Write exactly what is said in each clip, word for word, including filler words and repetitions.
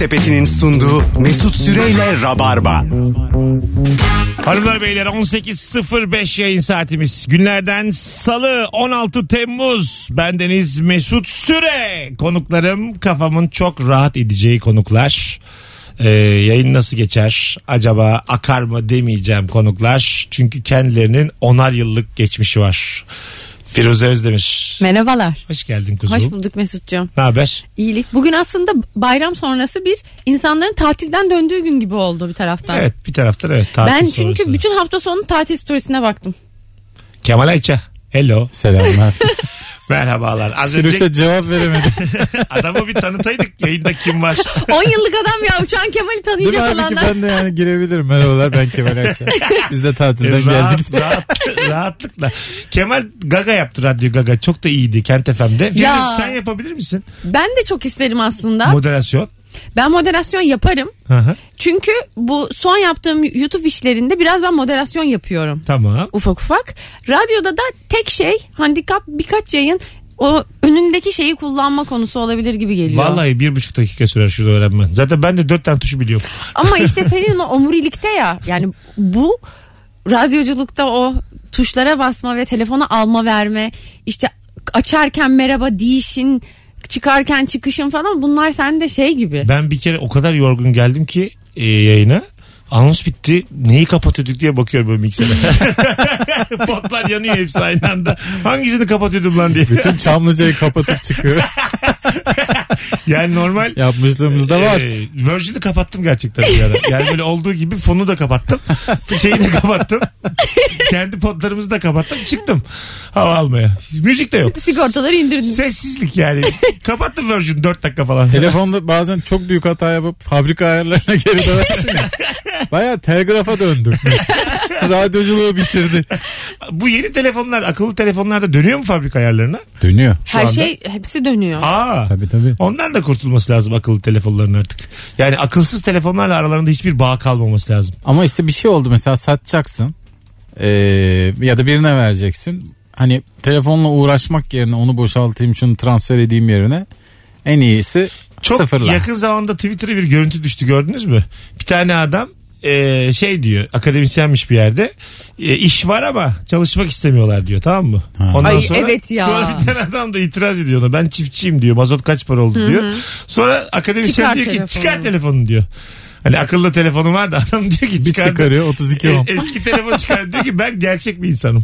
Sepeti'nin sunduğu Mesut Süreyle Rabarba. Hanımlar beyler on sekiz sıfır beş yayın saatimiz. Günlerden Salı on altı Temmuz. Bendeniz Mesut Süre. Konuklarım kafamın çok rahat edeceği konuklar. Ee, yayın nasıl geçer? Acaba akar mı demeyeceğim konuklar. Çünkü kendilerinin onar yıllık geçmişi var. Firuze Özdemir. Merhabalar. Hoş geldin kuzum. Hoş bulduk Mesut'cuğum. Ne haber? İyilik. Bugün aslında bayram sonrası bir insanların tatilden döndüğü gün gibi oldu bir taraftan. Evet, bir taraftan evet. Tatil ben çünkü sonrası. bütün hafta sonu tatil storiesine baktım. Kemal Ayça. Hello. Selamlar. Merhabalar. Az önce Firuz'a cevap veremedim. adamı bir tanıtaydık. Yayında kim var? on yıllık adam ya, uçan Kemal'i Dur tanıyacak abi ki olanlar. ben de yani girebilirim. Merhabalar, ben Kemal Ayça. Biz de tatilden rahat, geldik. rahat, rahatlıkla. Kemal Gaga yaptı, Radyo Gaga. Çok da iyiydi Kent F M'de. Firuz, Ya. sen yapabilir misin? Ben de çok isterim aslında. Moderasyon. Ben moderasyon yaparım. Hı hı. Çünkü bu son yaptığım YouTube işlerinde biraz ben moderasyon yapıyorum. Tamam. Ufak ufak. Radyoda da tek şey, handikap birkaç yayın o önündeki şeyi kullanma konusu olabilir gibi geliyor. Vallahi bir buçuk dakika sürer şurada öğrenmen. Zaten ben de dört tane tuşu biliyorum. Ama işte senin o omurilikte ya, yani bu radyoculukta o tuşlara basma ve telefonu alma verme, işte açarken merhaba deyişin, çıkarken çıkışın falan, bunlar sende şey gibi. Ben bir kere o kadar yorgun geldim ki e, yayına. Anons bitti. Neyi kapatıyorduk diye bakıyorum böyle miksere. Potlar yanıyor hepsi aynı anda. Hangisini kapatıyordum lan diye. Bütün Çamlıca'yı kapatıp çıkıyor. Yani normal Yapmışlığımız da var. E, Virgin'i kapattım gerçekten bir ara. Yani böyle olduğu gibi fonu da kapattım. Şeyi de kapattım. Kendi potlarımızı da kapattım. Çıktım hava almaya. Müzik de yok. Sigortaları indirdin. Sessizlik yani. Kapattım Virgin dört dakika falan. Telefonda bazen çok büyük hata yapıp fabrika ayarlarına geri dönersin ya. Baya telgrafa döndük. Radyoculuğu bitirdi. Bu yeni telefonlar, akıllı telefonlarda dönüyor mu fabrika ayarlarına? Dönüyor. Şu Her anda. şey hepsi dönüyor. Aa. Tabii tabii. Ondan da kurtulması lazım akıllı telefonların artık. Yani akılsız telefonlarla aralarında hiçbir bağ kalmaması lazım. Ama işte bir şey oldu, mesela satacaksın ee, ya da birine vereceksin. Hani telefonla uğraşmak yerine onu boşaltayım, şunu transfer edeyim yerine en iyisi Çok sıfırla. yakın zamanda Twitter'a bir görüntü düştü, gördünüz mü? Bir tane adam e, şey diyor, akademisyenmiş bir yerde, e, iş var ama çalışmak istemiyorlar diyor, tamam mı? Ha. Ondan Ay, sonra, evet ya. sonra bir tane adam da itiraz ediyor ona, ben çiftçiyim diyor, mazot kaç para oldu diyor. Sonra akademisyen Çıkar diyor ki telefonu. çıkar telefonu diyor. Hani akıllı telefonu var da adam diyor ki Bir çıkar. çıkarıyor otuz iki E, ohm. eski telefon çıkar diyor ki ben gerçek bir insanım.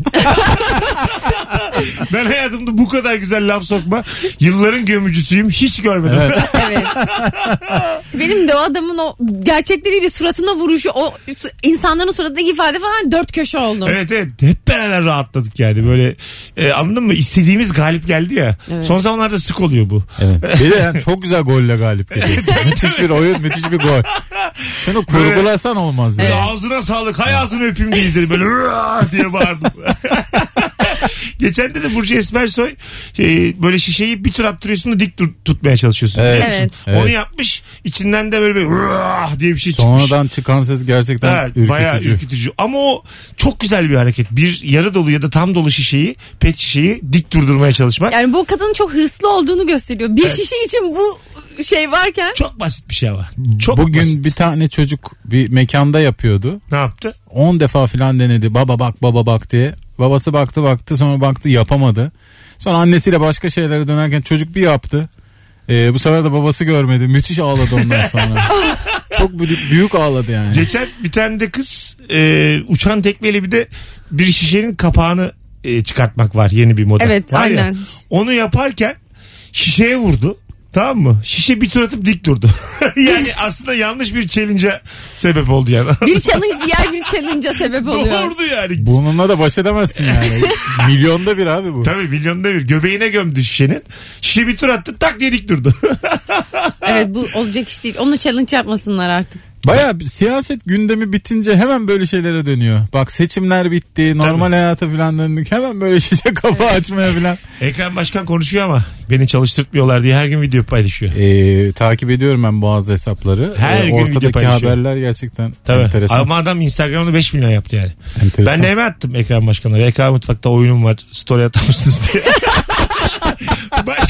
Ben hayatımda bu kadar güzel laf sokma, yılların gömücüsüyüm, hiç görmedim. Evet. Evet. Benim de o adamın o gerçekleriyle suratına vuruşu, o insanların suratındaki ifade falan dört köşe oldum. Evet evet, hep beraber rahatladık yani böyle, e, anladın mı, istediğimiz galip geldi ya. Evet. Son zamanlarda sık oluyor bu. Evet. Bir de yani çok güzel golle galip geliyorsun. Müthiş bir oyun, müthiş bir gol. Şunu kurgulasan olmaz ya. Böyle ağzına sağlık, hay ağzını öpeyim diye izledim, böyle "Rrrr" diye bağırdım. Geçen de de Burcu Esmersoy e, böyle şişeyi bir tur attırıyorsun da dik dur- tutmaya çalışıyorsun. Evet. biliyor musun? Evet. Onu Evet. yapmış, içinden de böyle bir "Rrrr" diye bir şey çıkmış. Sonradan çıkan ses gerçekten Ha, ürkütücü. bayağı ürkütücü. Ama o çok güzel bir hareket. Bir yarı dolu ya da tam dolu şişeyi, pet şişeyi dik durdurmaya çalışmak. Yani bu kadının çok hırslı olduğunu gösteriyor. Bir şişe için bu şey varken. Çok basit bir şey ama. Çok Bugün basit. bir tane çocuk bir mekanda yapıyordu. Ne yaptı? on defa filan denedi. Baba bak, baba bak diye. Babası baktı baktı, sonra baktı yapamadı. Sonra annesiyle başka şeylere dönerken çocuk bir yaptı. Ee, bu sefer de babası görmedi. Müthiş ağladı ondan sonra. Çok büyük, büyük ağladı yani. Geçen bir tane de kız e, uçan tekmeyle bir de bir şişenin kapağını e, çıkartmak var, yeni bir model. Evet, Var ya, aynen. onu yaparken şişeye vurdu. Tamam mı? Şişe bir tur atıp dik durdu. Yani aslında yanlış bir challenge'a sebep oldu yani. Bir challenge diğer bir challenge'a sebep oluyor. Doğurdu yani. Bununla da baş edemezsin yani. Milyonda bir abi bu. Tabii milyonda bir. Göbeğine gömdü şişenin. Şişe bir tur attı, tak diye dik durdu. Evet, bu olacak iş değil. Onu challenge yapmasınlar artık. Baya siyaset gündemi bitince hemen böyle şeylere dönüyor. Bak seçimler bitti, normal Tabii. hayata falan döndük. Hemen böyle şişe kapağı açmaya falan. Ekrem Başkan konuşuyor ama beni çalıştırtmıyorlar diye her gün video paylaşıyor. Ee, takip ediyorum ben bazı hesapları. Her Ee, gün video ortadaki paylaşıyor. haberler gerçekten Tabii. enteresan. Ama adam Instagram'da beş milyon yaptı yani. enteresan. Ben de hemen attım Ekrem Başkan'a. V K Mutfak'ta oyunum var, story atar mısınız diye. Başka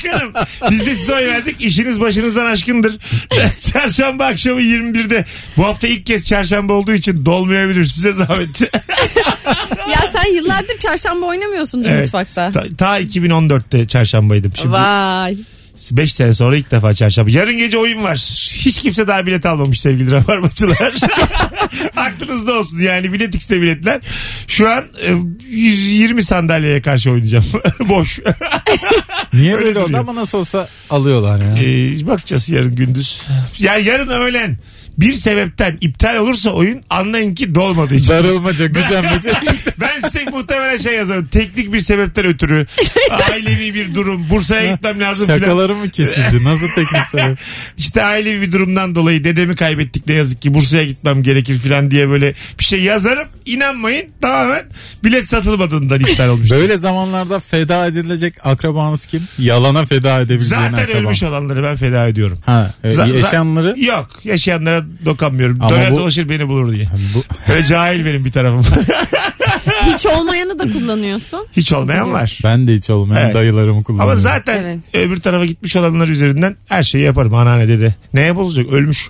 Başkanım biz de size oy verdik. İşiniz başınızdan aşkındır. Çarşamba akşamı yirmi birde. Bu hafta ilk kez çarşamba olduğu için dolmayabilir. Size zahmet. Ya sen yıllardır çarşamba oynamıyorsundur Evet. mutfakta. Ta, ta iki bin on dörtte çarşambaydım. Şimdi Vay. beş sene sonra ilk defa çarşamba. Yarın gece oyun var. Hiç kimse daha bilet almamış sevgili rabarbacılar. Aklınızda olsun yani Bilet X'te biletler. Şu an e, yüz yirmi sandalyeye karşı oynayacağım. Boş. Niye Öyle böyle oldu duruyor. ama nasıl olsa alıyorlar ya. Ee, bakacağız yarın gündüz. Ya yarın öğlen bir sebepten iptal olursa oyun anlayın ki dolmadığı için. Darılmaca, gücenmece. Ben size muhtemelen şey yazarım. Teknik bir sebepten ötürü. Ailevi bir durum. Bursa'ya gitmem lazım filan. Şakaları mı kesildi? Nasıl teknik sebep? İşte ailevi bir durumdan dolayı dedemi kaybettik ne yazık ki Bursa'ya gitmem gerekir filan diye böyle bir şey yazarım. İnanmayın tamamen bilet satılmadığından iptal olmuş. Böyle zamanlarda feda edilecek akrabanız kim? Yalana feda edebileceğin Zaten akraban. ölmüş olanları ben feda ediyorum. Ha, e, Za- za- yaşayanları? Yok yaşayanlara dokanmıyorum. Ama Döner bu- dolaşır beni bulur diye. Bu, Öyle cahil benim bir tarafım. Hiç olmayanı da kullanıyorsun. Hiç olmayan var. ben de hiç olmayan Evet. dayılarımı kullanıyorum. Ama zaten Evet. öbür tarafa gitmiş olanlar üzerinden her şeyi yaparım. Anneanne dede. Neye bozacak? Ölmüş.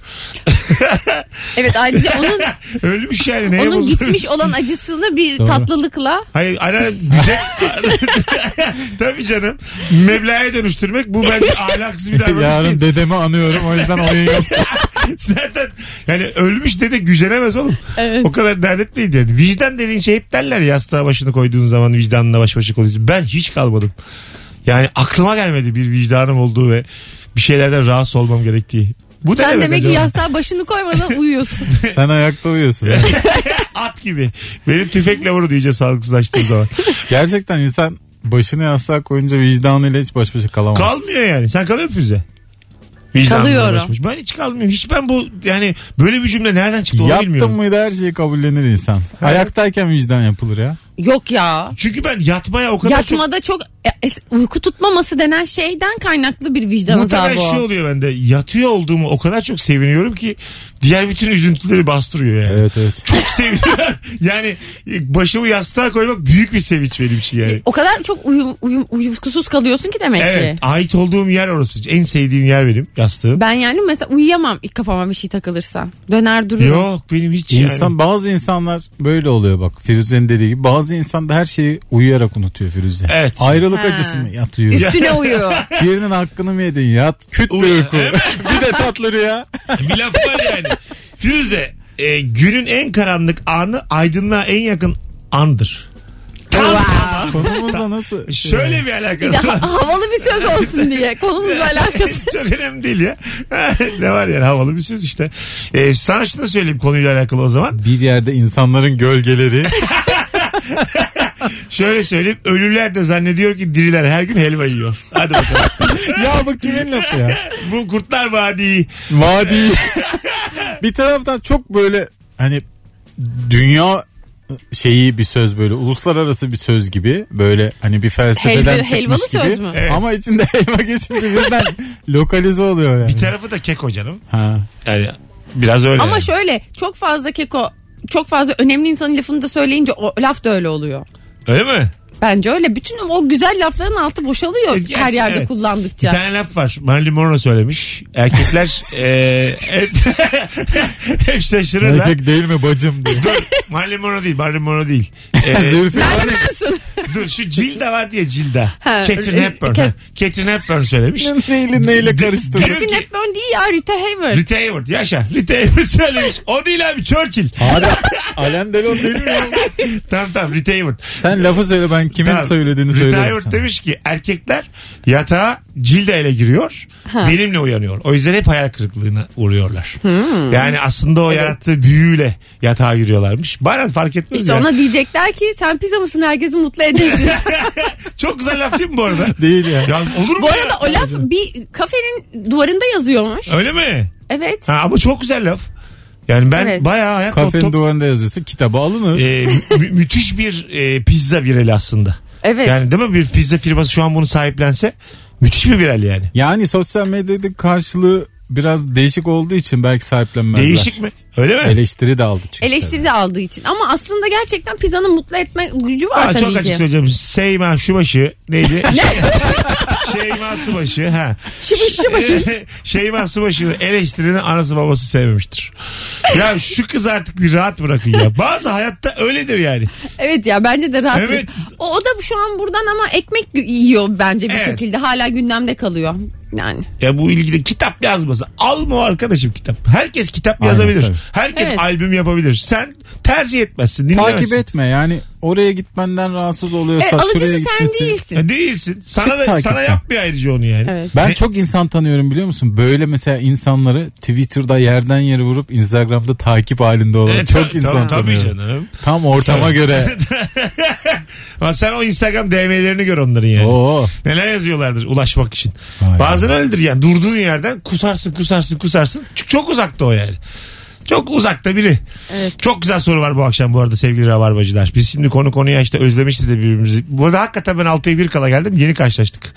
Evet ayrıca onun Ölmüş yani. Neye onun bozacak? gitmiş olan acısını bir Doğru. tatlılıkla Hayır anneanne güzel. Tabii canım. Meblağa dönüştürmek bu bence ahlaksız bir davranış Yarın değil. dedemi anıyorum o yüzden oyun yok. Zaten yani ölmüş dede gücenemez oğlum. Evet. O kadar dert etmeyin yani. Vicdan dediğin şey hep derler ya, yastığa başını koyduğun zaman vicdanına baş başa koyuyorsun. Ben hiç kalmadım. Yani aklıma gelmedi bir vicdanım olduğu ve bir şeylerden rahatsız olmam gerektiği. Bu ne sen demek ki acaba? yastığa başını koymadan uyuyorsun. Sen ayakta uyuyorsun. ya. At gibi. Benim tüfekle vurdu iyice sağlıksız açtığım zaman. Gerçekten insan başını yastığa koyunca vicdanıyla hiç baş başa kalamaz. Kalmıyor yani. Sen kalıyor musun Firuze? Vicdanımla Kalıyorum. baş başa. Ben hiç kalmıyorum. Hiç ben bu yani böyle bir cümle nereden çıktı onu Yaptın bilmiyorum. mıydı her şeyi kabullenir insan. Ayaktayken vicdan yapılır ya. Yok ya. Çünkü ben yatmaya o kadar çok... Yatmada çok e, es- uyku tutmaması denen şeyden kaynaklı bir vicdan Muhtemelen azabı şey o. oluyor bende. Yatıyor olduğumu o kadar çok seviniyorum ki diğer bütün üzüntüleri bastırıyor yani. Evet evet. Çok seviniyorum. Yani başımı yastığa koymak büyük bir sevinç benim için yani. O kadar çok uyum, uyum, uykusuz kalıyorsun ki demek Evet. ki. Ait olduğum yer orası. En sevdiğim yer benim yastığım. Ben yani mesela uyuyamam ilk kafama bir şey takılırsa. Döner dururum. Yok benim hiç yani. İnsan, bazı insanlar böyle oluyor bak. Firuze'nin dediği gibi bazı insan da her şeyi uyuyarak unutuyor Firuze. Evet. Ayrılık Ha. acısı mı? Yat uyu. Üstüne uyuyor. Birinin hakkını mı yedin? Yat. Küt bir Uyu. uyku. Bir de tatlı rüya. Bir laf var yani. Firuze e, günün en karanlık anı aydınlığa en yakın andır. Tam Wow. Konumuzla nasıl? şöyle bir Bir de alakası var. ha- havalı bir söz olsun diye. Konumuzla alakası. Çok önemli değil ya. Ne var yani havalı bir söz işte. E, sana şunu da söyleyeyim konuyla alakalı o zaman. Bir yerde insanların gölgeleri. Şöyle söyleyeyim. Ölüler de zannediyor ki diriler her gün helva yiyor. Hadi bakalım. Ya bu kimin lafı ya? Bu Kurtlar Vadii. Vadi. Bir taraftan çok böyle hani dünya şeyi bir söz, böyle uluslararası bir söz gibi, böyle hani bir felsefeden Helva- çıkmış helvalı gibi. söz mü? Evet. Ama içinde helva geçince birden lokalize oluyor yani. Bir tarafı da keko canım. Ha. Yani biraz öyle. Ama yani. şöyle çok fazla keko, çok fazla önemli insanın lafını da söyleyince o laf da öyle oluyor. Öyle mi? Bence öyle. Bütün o güzel lafların altı boşalıyor Gerçi her yerde evet. Bir kullandıkça. tane laf var. Marilyn Monroe söylemiş. Erkekler e, hep, hep şaşırırlar. Erkek değil mi bacım diye. Dur. Marilyn Monroe değil. Marilyn Monroe değil. E, Zülfü Nerede bensin? dur şu Cilda var diye Cilda. Ha, Catherine Hepburn. Cat- ha. Catherine Hepburn söylemiş. neyle neyle karıştırdı. Diyor Catherine ki- Hepburn değil ya, Rita Hayworth. Rita Hayworth yaşa. Rita Hayworth söylemiş. O değil abi Churchill. Abi Alain Delon değil mi ya? Tamam tamam Rita Hayworth. Sen lafı söyle, ben kimin Tamam. söylediğini Rita söylerim Hayworth sana. demiş ki erkekler yatağa Cilda ile giriyor. Ha. Benimle uyanıyor. O yüzden hep hayal kırıklığına uğruyorlar. Hmm. Yani aslında o yarattığı büyüyle yatağa giriyorlarmış. Bana fark etmez İşte ya. ona diyecekler ki sen pizza mısın, herkesi mutlu edersin. Çok güzel laf değil mi bu arada? Değil ya. Ya olur mu Bu ya? arada o laf bir kafenin duvarında yazıyormuş. Öyle mi? Evet. Ha, ama çok güzel laf. Yani ben Evet. bayağı hayat Kafenin mottom- duvarında yazıyorsun, kitabı alınır. e, mü- müthiş bir e, pizza virali aslında. Evet. Yani değil mi? Bir pizza firması şu an bunu sahiplense müthiş bir viral yani. Yani sosyal medyada karşılığı biraz değişik olduğu için belki sahiplenmezler. Değişik mi? Öyle mi? Eleştiri de aldı çünkü. Eleştiri de aldığı için. Ama aslında gerçekten pizzanın mutlu etme gücü var Aa, tabii çok ki. açık söyleyeceğim. Seyma Şubaşı neydi? Şeyma Subaşı. Ha. Şıbış şıbış. Şeyma Subaşı'nın eleştirinin anası babası sevmemiştir. Ya şu kız artık bir rahat bırakın ya. Bazı hayatta öyledir yani. Evet ya bence de rahat. Evet. O, o da şu an buradan ama ekmek yiyor bence bir Evet. şekilde. Hala gündemde kalıyor. Yani. Ya bu ilgili kitap yazması. Alma o arkadaşım kitap. Herkes kitap Aynen, yazabilir. tabii. Herkes Evet. albüm yapabilir. Sen tercih etmezsin. Dinlemezsin. Takip etme yani oraya gitmenden rahatsız oluyorsa Evet, şuraya alıcısı sen gitmesi. değilsin. Ya değilsin. Sana Çık da takipten. sana yap bir ayrıca onu yani. Evet. Ben Ne- çok insan tanıyorum biliyor musun? Böyle mesela insanları Twitter'da yerden yere vurup Instagram'da takip halinde olan E, çok tabii, insan tabii, tanıyorum. tabii canım. Tam ortama göre. Ama sen o Instagram D M'lerini gör onların yani. Oo. Neler yazıyorlardır ulaşmak için. Aynen. Bazen öyledir yani. Durduğun yerden kusarsın kusarsın kusarsın. Çok, çok uzakta o yani. Çok uzakta biri. Evet. Çok güzel soru var bu akşam bu arada sevgili Rabarbacılar. Biz şimdi konu konuya işte özlemişiz de birbirimizi. Bu arada hakikaten ben altıya bir kala geldim. Yeni karşılaştık.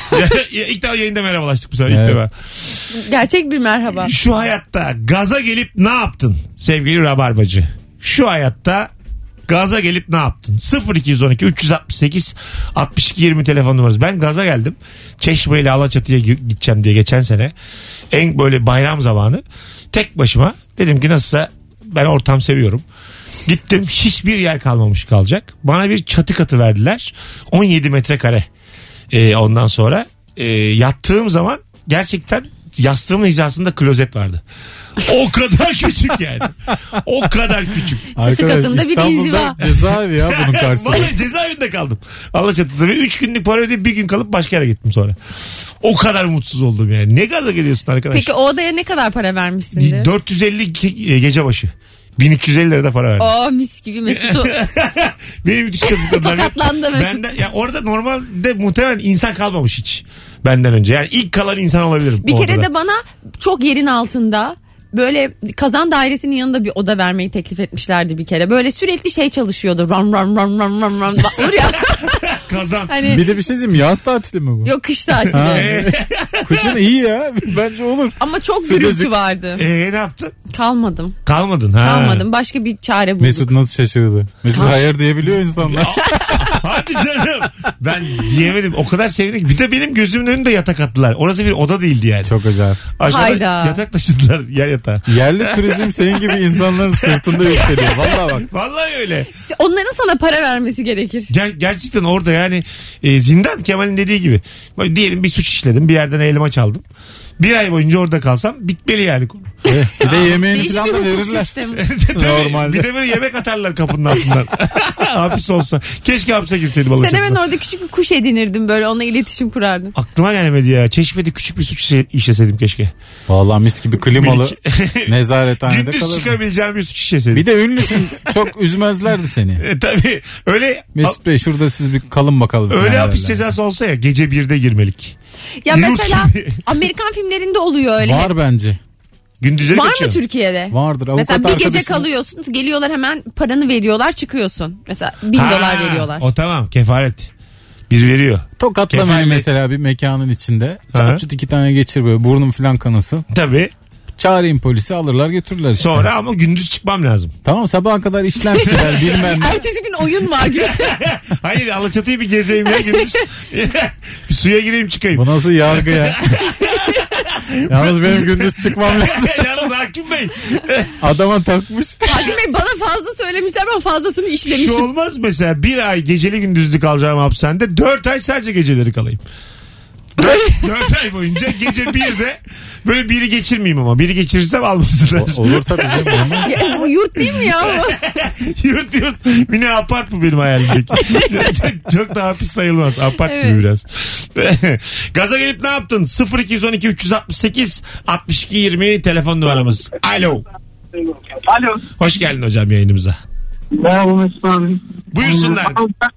İlk defa yayında merhabalaştık bu sefer. Evet. İlk defa. Gerçek bir merhaba. Şu hayatta gaza gelip ne yaptın sevgili Rabarbacı? Şu hayatta gaza gelip ne yaptın? sıfır iki on iki üç altı sekiz altmış iki yirmi telefon numarası. Ben gaza geldim. Çeşme ile Alaçatı'ya gideceğim diye geçen sene. En böyle bayram zamanı. Tek başıma dedim ki nasılsa ben ortam seviyorum. Gittim, hiçbir yer kalmamış kalacak. Bana bir çatı katı verdiler. on yedi metrekare. Ee, ondan sonra e, yattığım zaman gerçekten yastığımın hizasında klozet vardı. O kadar küçük yani. O kadar küçük. Çatı katında bir İstanbul'da inziva. cezaevi ya bunun karşısında. Vallahi cezaevinde kaldım. Alaçatı'da ve üç günlük para ödeyip bir gün kalıp başka yere gittim sonra. O kadar mutsuz oldum yani. Ne gaza geliyorsun arkadaş? Peki o odaya ne kadar para vermişsindir? dört yüz elli ge- gece başı. bin üç yüz elli lira da para verdim. Oo mis gibi Mesut'u. Beni müthiş kazıkladılar. Tokatlandı Mesut. Benden, ya orada normalde muhtemelen insan kalmamış hiç. Benden önce. Yani ilk kalan insan olabilirim. Bir kere orada. de bana çok yerin altında böyle kazan dairesinin yanında bir oda vermeyi teklif etmişlerdi bir kere. Böyle sürekli şey çalışıyordu. Ram ram ram ram ram ram. Olur ya. Kazan. Hani Bir de bir şey diyeyim mi? Yaz tatili mi bu? yok kış tatili. Ha. Kışın iyi ya. Bence olur. Ama çok Sıcacık. gürültü vardı. Eee ne yaptın? Kalmadım. Kalmadın ha. Kalmadım. Başka bir çare bulduk. Mesut nasıl şaşırdı? Mesut hayır diyebiliyor insanlar. Hadi canım. Ben diyemedim. O kadar sevindim. Bir de benim gözümün önünde yatak attılar. Orası bir oda değildi yani. Çok acayip. Aşağıda Hayda. yatak taşıdılar. Yer yatağı. Yerli turizm senin gibi insanların sırtında yükseliyor. Vallahi bak. Vallahi öyle. Onların sana para vermesi gerekir. Ger- gerçekten orada yani e, zindan Kemal'in dediği gibi. Bak, diyelim bir suç işledim. Bir yerden elma çaldım. Bir ay boyunca orada kalsam bitmeli yani konu. Eh, bir de yemeğini Değişik falan bir da hukuk verirler. sistemi. Tabii, Normalde. Bir de böyle yemek atarlar kapının altından. Hapis olsa. Keşke hapse girseydim Sen Alaçatı'da. hemen orada küçük bir kuş edinirdin böyle onunla iletişim kurardın. Aklıma gelmedi ya. Çeşme'de küçük bir suç işe- işleseydim keşke. Vallahi mis gibi klimalı nezarethanede Gündüz kalırdın. çıkabileceğim bir suç işleseydim. Bir de ünlüsün. Çok üzmezlerdi seni. E, tabii öyle Mesut Bey şurada siz bir kalın bakalım. öyle falan hapis derler. cezası olsa ya gece birde girmelik. Ya Yurt mesela gibi. Amerikan filmlerinde oluyor öyle. Var bence. Gündüzleri Var kaçıyor. mı Türkiye'de? Vardır. Avukat Mesela bir gece arkadaşın- kalıyorsun geliyorlar hemen paranı veriyorlar çıkıyorsun. Mesela bin Ha, dolar veriyorlar. O tamam kefaret. Bir veriyor. Tokatla Kefalet. beni mesela bir mekanın içinde. Ha. Çarçut iki tane geçir böyle burnum falan kanasın. Tabii. Çağırayım polisi alırlar götürürler işte. Sonra ama gündüz çıkmam lazım. Tamam sabaha kadar işlem sürer bilmem ne. Ertesi gün oyun var gibi. Hayır Alaçatı'yı bir gezeyim ya gündüz. Bir suya gireyim çıkayım. Bu nasıl yargı ya? Yalnız benim gündüz çıkmam lazım. Yalnız hakim bey. Adama takmış. Hakim Bey bana fazla söylemişler ama fazlasını işlemişim. Şu olmaz mesela bir ay geceli gündüzlü kalacağım hapishanede dört ay sadece geceleri kalayım. Dört, dört ay boyunca gece birde böyle biri geçirmeyeyim ama biri geçirirsem almasınlar. O- olur tabii canım. Ama Ya, bu yurt değil mi ya? yurt yurt mini apart bu benim hayalimdeki. çok, çok da hapis sayılmaz. Apart Evet. gibi biraz. Gaza gelip ne yaptın? sıfır iki on iki üç altı sekiz altmış iki yirmi telefon numaramız. Alo. Alo. Hoş geldin hocam yayınımıza. Merhaba Mesut abi. Buyursunlar. Abi ben,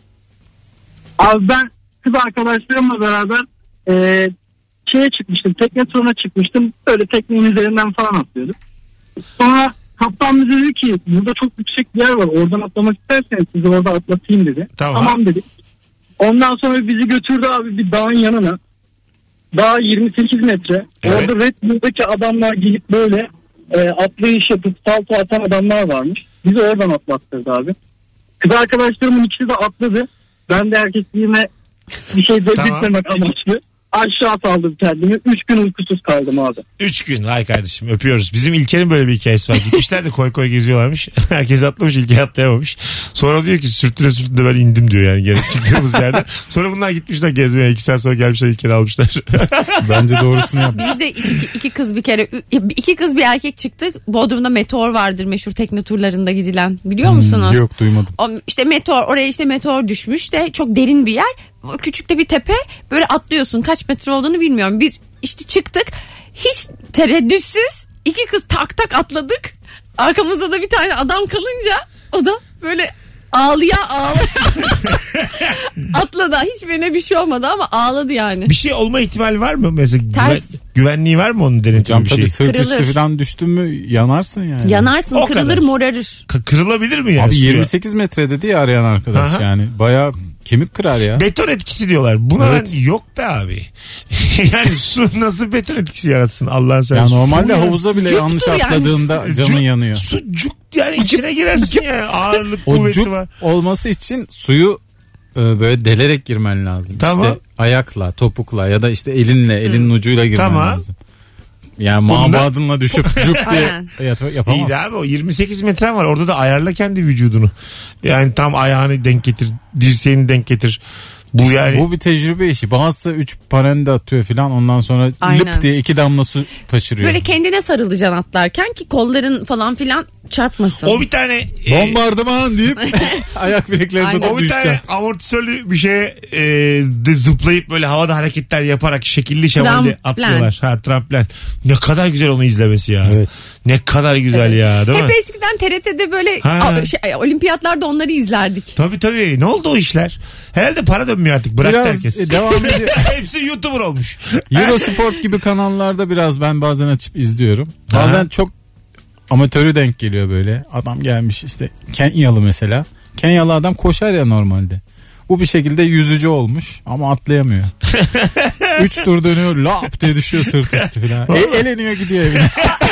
abi ben kız arkadaşlarımla beraber e, şeye çıkmıştım. Tekne turuna çıkmıştım. Böyle teknenin üzerinden falan atlıyordum. Sonra kaptan bize dedi ki burada çok yüksek bir yer var. Oradan atlamak isterseniz sizi orada atlatayım dedi. Tamam. Tamam dedi. Ondan sonra bizi götürdü abi bir dağın yanına. daha yirmi sekiz metre. Evet. Orada Red Bull'daki adamlar gelip böyle e, atlayış yapıp salto atan adamlar varmış. Bizi oradan atlattırdı abi. Kız arkadaşlarımın ikisi de atladı. Ben de erkekliğime bir şey dedirtmemek Tamam. amaçlı aşağı saldım kendimi. Üç gün uykusuz kaldım abi. Üç gün. Hay kardeşim öpüyoruz. Bizim İlker'in böyle bir hikayesi var. Gitmişler de koy koy geziyorlarmış. Herkes atlamış, İlker atlayamamış. Sonra diyor ki sürtüne sürtüne ben indim diyor yani. Geri çıktığımız yerden. Sonra bunlar gitmişler gezmeye. İki saat sonra gelmişler İlker'i almışlar. Bence doğrusunu yap. Biz de iki, iki, iki kız bir kere iki kız bir erkek çıktık. Bodrum'da meteor vardır, meşhur tekne turlarında gidilen. Biliyor musunuz? Hmm, yok duymadım. O, işte meteor, oraya işte meteor düşmüş de çok derin bir yer. Küçük de bir tepe, böyle atlıyorsun, kaç metre olduğunu bilmiyorum. Biz işte çıktık, hiç tereddütsüz iki kız tak tak atladık. Arkamızda da bir tane adam kalınca o da böyle ağlıya ağlaya atladı. Hiçbirine bir şey olmadı ama ağladı yani. Bir şey olma ihtimali var mı? Mesela Ters. güven- güvenliği var mı onun Hocam denetimli bir tabii şey? sırt Kırılır. üstü falan düştün mü yanarsın yani. Yanarsın, O kırılır, kadar. morarır. K- kırılabilir mi yani? Abi suya? yirmi sekiz metre dedi ya arayan arkadaş. Aha. Yani bayağı kemik kırar ya. Beton etkisi diyorlar. Buna Evet. ben yok be abi. Yani su nasıl beton etkisi yaratsın Allah'ın sen. Ya normalde Su ya. havuza bile Cuktur yanlış yani. atladığında canın Cuk- yanıyor. Sucuk yani içine girersin ya. Ağırlık O kuvveti cuk var. olması için suyu e, böyle delerek girmen lazım. Tamam. İşte ayakla, topukla ya da işte elinle, elinin ucuyla girmen Tamam. lazım. Yani Bunda- mabadınla düşüp cuk diye Aynen. yap- İyi yapamazsın. de abi o yirmi sekiz metren var. Orada da ayarla kendi vücudunu. Yani tam ayağını denk getir. Dirseğini denk getir. Bu yani. Bu bir tecrübe işi. Bazısı üç parende atıyor falan, ondan sonra Aynen. lıp diye iki damla su taşırıyor. Böyle kendine sarılacaksın atlarken ki kolların falan filan çarpmasın. O bir tane e, Bombardıman deyip ayak bileklerini Aynen. tutup o bir tane düşeceksin. amortisörlü bir şeye e, de zıplayıp böyle havada hareketler yaparak şekilli şemalli Tramplen. atlıyorlar. Ha tramplen. Ne kadar güzel onu izlemesi ya. Evet. Ne kadar güzel ya değil Hep mi? eskiden T R T'de böyle Ha. a- şey, olimpiyatlarda onları izlerdik. Tabii tabii. Ne oldu o işler? Herhalde para dönmüyor artık. Bıraktı Biraz herkes. e, devam ediyor. Hepsi YouTuber olmuş. Eurosport gibi kanallarda biraz ben bazen açıp izliyorum. Bazen Aha. çok amatörü denk geliyor böyle. Adam gelmiş işte Kenyalı mesela. Kenyalı adam koşar ya normalde. Bu bir şekilde yüzücü olmuş ama atlayamıyor. Üç tur dönüyor, lap diye düşüyor sırt üstü falan. E, eleniyor gidiyor evine.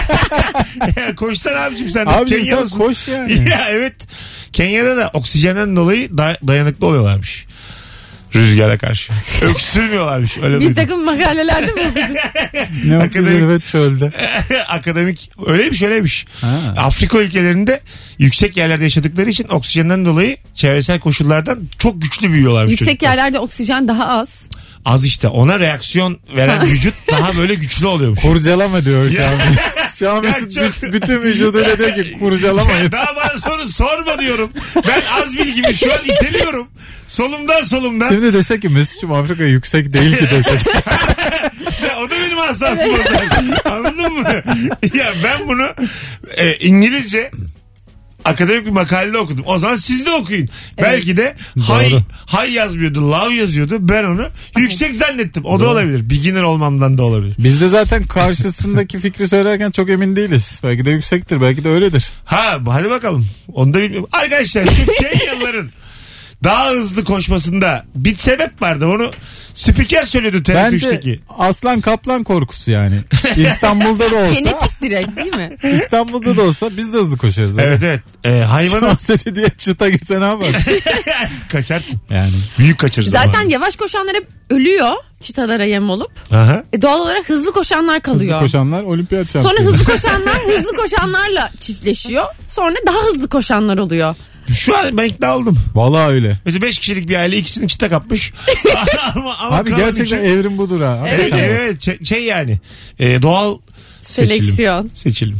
Koşsana abicim sen de. Abi sen Kenyalısın. koş yani. Ya evet. Kenya'da da oksijenden dolayı da- dayanıklı oluyorlarmış. Rüzgara karşı. Öksürmüyorlarmış. Öyle Bir duydum. takım makalelerde mi okudun? Ne Akademik- oksijeni evet çölde. Akademik öyleymiş öyleymiş. Ha. Afrika ülkelerinde yüksek yerlerde yaşadıkları için oksijenden dolayı çevresel koşullardan çok güçlü büyüyorlarmış Yüksek çocuklar. yerlerde oksijen daha az. Az işte ona reaksiyon veren vücut daha böyle güçlü oluyormuş. Kurcalama diyor şu an. Şu an Ya Mesut çok- büt- bütün vücuduyla diyor ki kurcalamayın. Daha bana soru sorma diyorum. Ben az bilgimi şu an iteliyorum. Solumdan solumdan. Şimdi desek ki Mesut'cum Afrika yüksek değil ki desek. Sen- o da benim asabım bozar. Anladın mı? Ya ben bunu e, İngilizce akademik bir makalede okudum. O zaman siz de okuyun. Belki de hay, Doğru. hay yazmıyordu, love yazıyordu. Ben onu yüksek zannettim. O da Doğru. olabilir. Beginner olmamdan da olabilir. Biz de zaten karşısındaki fikri söylerken çok emin değiliz. Belki de yüksektir, belki de öyledir. Ha hadi bakalım. Onu da bilmiyorum. Arkadaşlar şu Kenyalıların daha hızlı koşmasında bir sebep vardı. Onu spiker söylüyordu T R T Bence üçteki. aslan kaplan korkusu yani. İstanbul'da da olsa, Genetik direkt değil mi? İstanbul'da da olsa biz de hızlı koşarız. Evet evet. Ee, hayvanın Hayvanı diye çıta gitse ne yaparsın? kaçarsın. Yani. Büyük kaçırırsın. Zaten ama. yavaş koşanlar hep ölüyor çitalara yem olup. Aha. E doğal olarak hızlı koşanlar kalıyor. Hızlı koşanlar olimpiyat şampiyonu. Sonra hızlı koşanlar hızlı koşanlarla çiftleşiyor. Sonra daha hızlı koşanlar oluyor. Şu an ben ikna oldum. Vallahi öyle. Mesela beş kişilik bir aile ikisini çıta kapmış. ama, ama Abi kalan gerçekten üçü- evrim budur ha. Evet, evet, şey, şey yani e, doğal Seleksiyon. seçilim.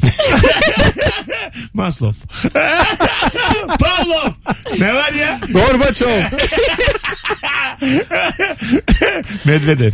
Maslow. Pavlov. Ne var ya? Gorbaçov. Medvedev.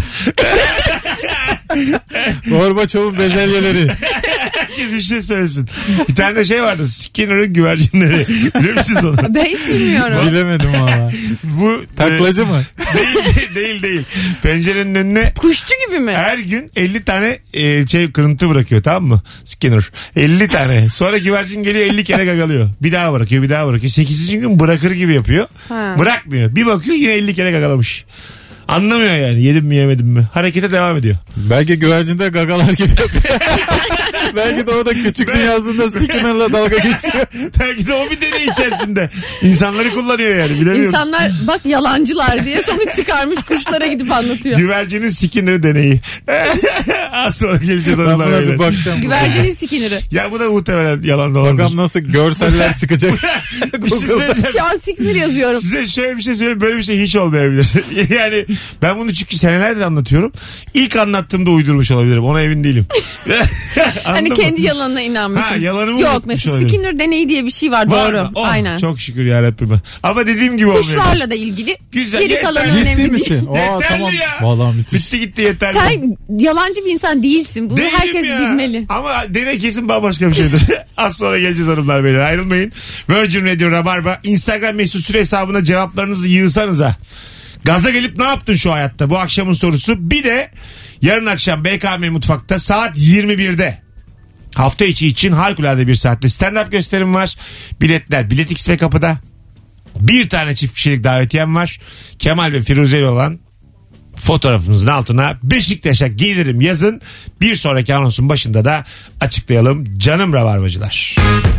Gorbaçov'un bezelyeleri. Herkes bir şey söylesin. Bir tane de şey vardı. Skinner'ın güvercinleri. Biliyor musunuz onu? Ben hiç bilmiyorum. Bilemedim valla. Bu Taklacı mı? e, değil değil değil. Pencerenin önüne Kuşçu gibi mi? her gün elli tane e, şey kırıntı bırakıyor, tamam mı? Skinner. elli tane. Sonra güvercin geliyor elli kere gagalıyor. Bir daha bırakıyor, bir daha bırakıyor. sekizinci gün bırakır gibi yapıyor. Ha. Bırakmıyor. Bir bakıyor yine elli kere gagalamış. Anlamıyor yani yedim mi yemedim mi. Harekete devam ediyor. Belki güvercinde gagalar gibi yapıyor. Belki de o da küçük Ben- dünyasında Skinner'la dalga geçiyor. Belki de o bir deney içerisinde. İnsanları kullanıyor yani bilemiyoruz. İnsanlar bak yalancılar diye sonuç çıkarmış, kuşlara gidip anlatıyor. Güvercinin Skinner deneyi. Az sonra geleceğiz Ben onlara. buna beyler. bir bakacağım. Güvercinin Skinner'ı. Ya bu da muhtemelen yalan dolandır. Bakalım nasıl görseller çıkacak. Bir şey söyleyeceğim. Şu an Skinner yazıyorum. Size şöyle bir şey söyleyeyim. Böyle bir şey hiç olmayabilir. Yani ben bunu çünkü senelerdir anlatıyorum. İlk anlattığımda uydurmuş olabilirim. Ona emin değilim. Hani Anladın kendi mı? yalanına inanmışsın. Ha, yalanımı Yok unutmuş mesela olabilirim. Skinner deneyi diye bir şey var, Var doğru. mı? Oh, Aynen. Çok şükür yarabbim. Ama dediğim gibi olmuyor. Kuşlarla da ilgili. Güzel, Geri yeter. kalanı Ciddi önemli Ciddi değil. misin? Aa, Yeterli tamam. ya. Vallahi müthiş. Bitti gitti yeterli. Sen yalancı bir insan değilsin. Bunu Değilim herkes ya. bilmeli. Ama deney kesin bambaşka bir şeydir. Az sonra geleceğiz hanımlar beyler. Ayrılmayın. Virgin Radio Rabarba. Instagram mesut süre hesabına cevaplarınızı yığsanıza. Gaza gelip ne yaptın şu hayatta? Bu akşamın sorusu. Bir de yarın akşam B K M Mutfak'ta saat yirmi birde. Hafta içi için harikulade bir saatte stand-up gösterim var. Biletler Biletix ve kapıda. Bir tane çift kişilik davetiyem var. Kemal ve Firuze'yle olan fotoğrafımızın altına Beşiktaş'a gelirim yazın. Bir sonraki anonsun başında da açıklayalım. Canım Rabarbacılar.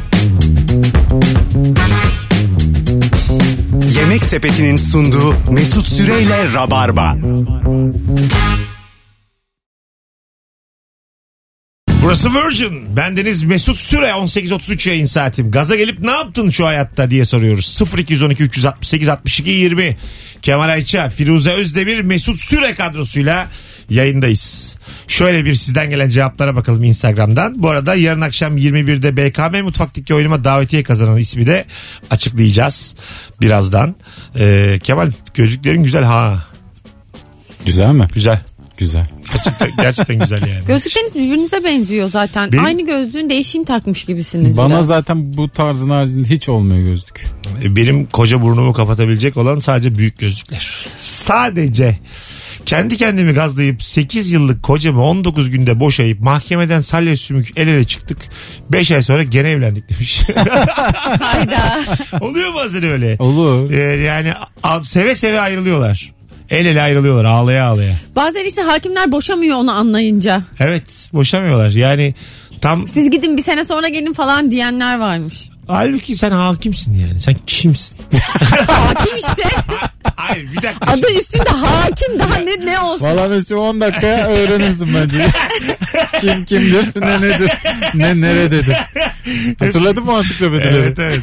Yemek Sepeti'nin sunduğu Mesut Süreyle Rabarba. Burası Virgin. Bendeniz Mesut Süre. on sekiz otuz üç yayın saatim. Gaza gelip ne yaptın şu hayatta diye soruyoruz. sıfır iki on iki üç altı sekiz altmış iki yirmi. Kemal Ayça, Firuze Özdemir, Mesut Süre kadrosuyla yayındayız. Şöyle bir sizden gelen cevaplara bakalım Instagram'dan. Bu arada yarın akşam yirmi birde B K M Mutfak'taki oyunuma davetiye kazanan ismi de açıklayacağız birazdan. Ee, Kemal gözlüklerin güzel ha. Güzel mi? Güzel. Güzel. Gerçekten, gerçekten güzel yani. Gözlükleriniz birbirinize benziyor zaten. Benim- Aynı gözlüğün değişiğini takmış gibisiniz. Bana biraz. zaten bu tarzın haricinde hiç olmuyor gözlük. Benim koca burnumu kapatabilecek olan sadece büyük gözlükler. Sadece kendi kendimi gazlayıp sekiz yıllık kocamı on dokuz günde boşayıp mahkemeden salya sümük el ele çıktık. beş ay sonra gene evlendik demiş. Hayda. Oluyor bazen öyle. Olur. Ee, yani a- seve seve ayrılıyorlar. El ele ayrılıyorlar ağlaya ağlaya. Bazen işte hakimler boşamıyor onu anlayınca. Evet boşamıyorlar yani tam Siz gidin bir sene sonra gelin falan diyenler varmış. halbuki sen hakimsin yani sen kimsin? Hakim işte. Hayır bir dakika. Adı üstünde hakim, daha ne ne olsun. Valla Mesut on dakikaya öğrenirsin bence. Kim kimdir, ne nedir, ne nerededir. Hatırladın mı ansiklopedileri? Evet evet.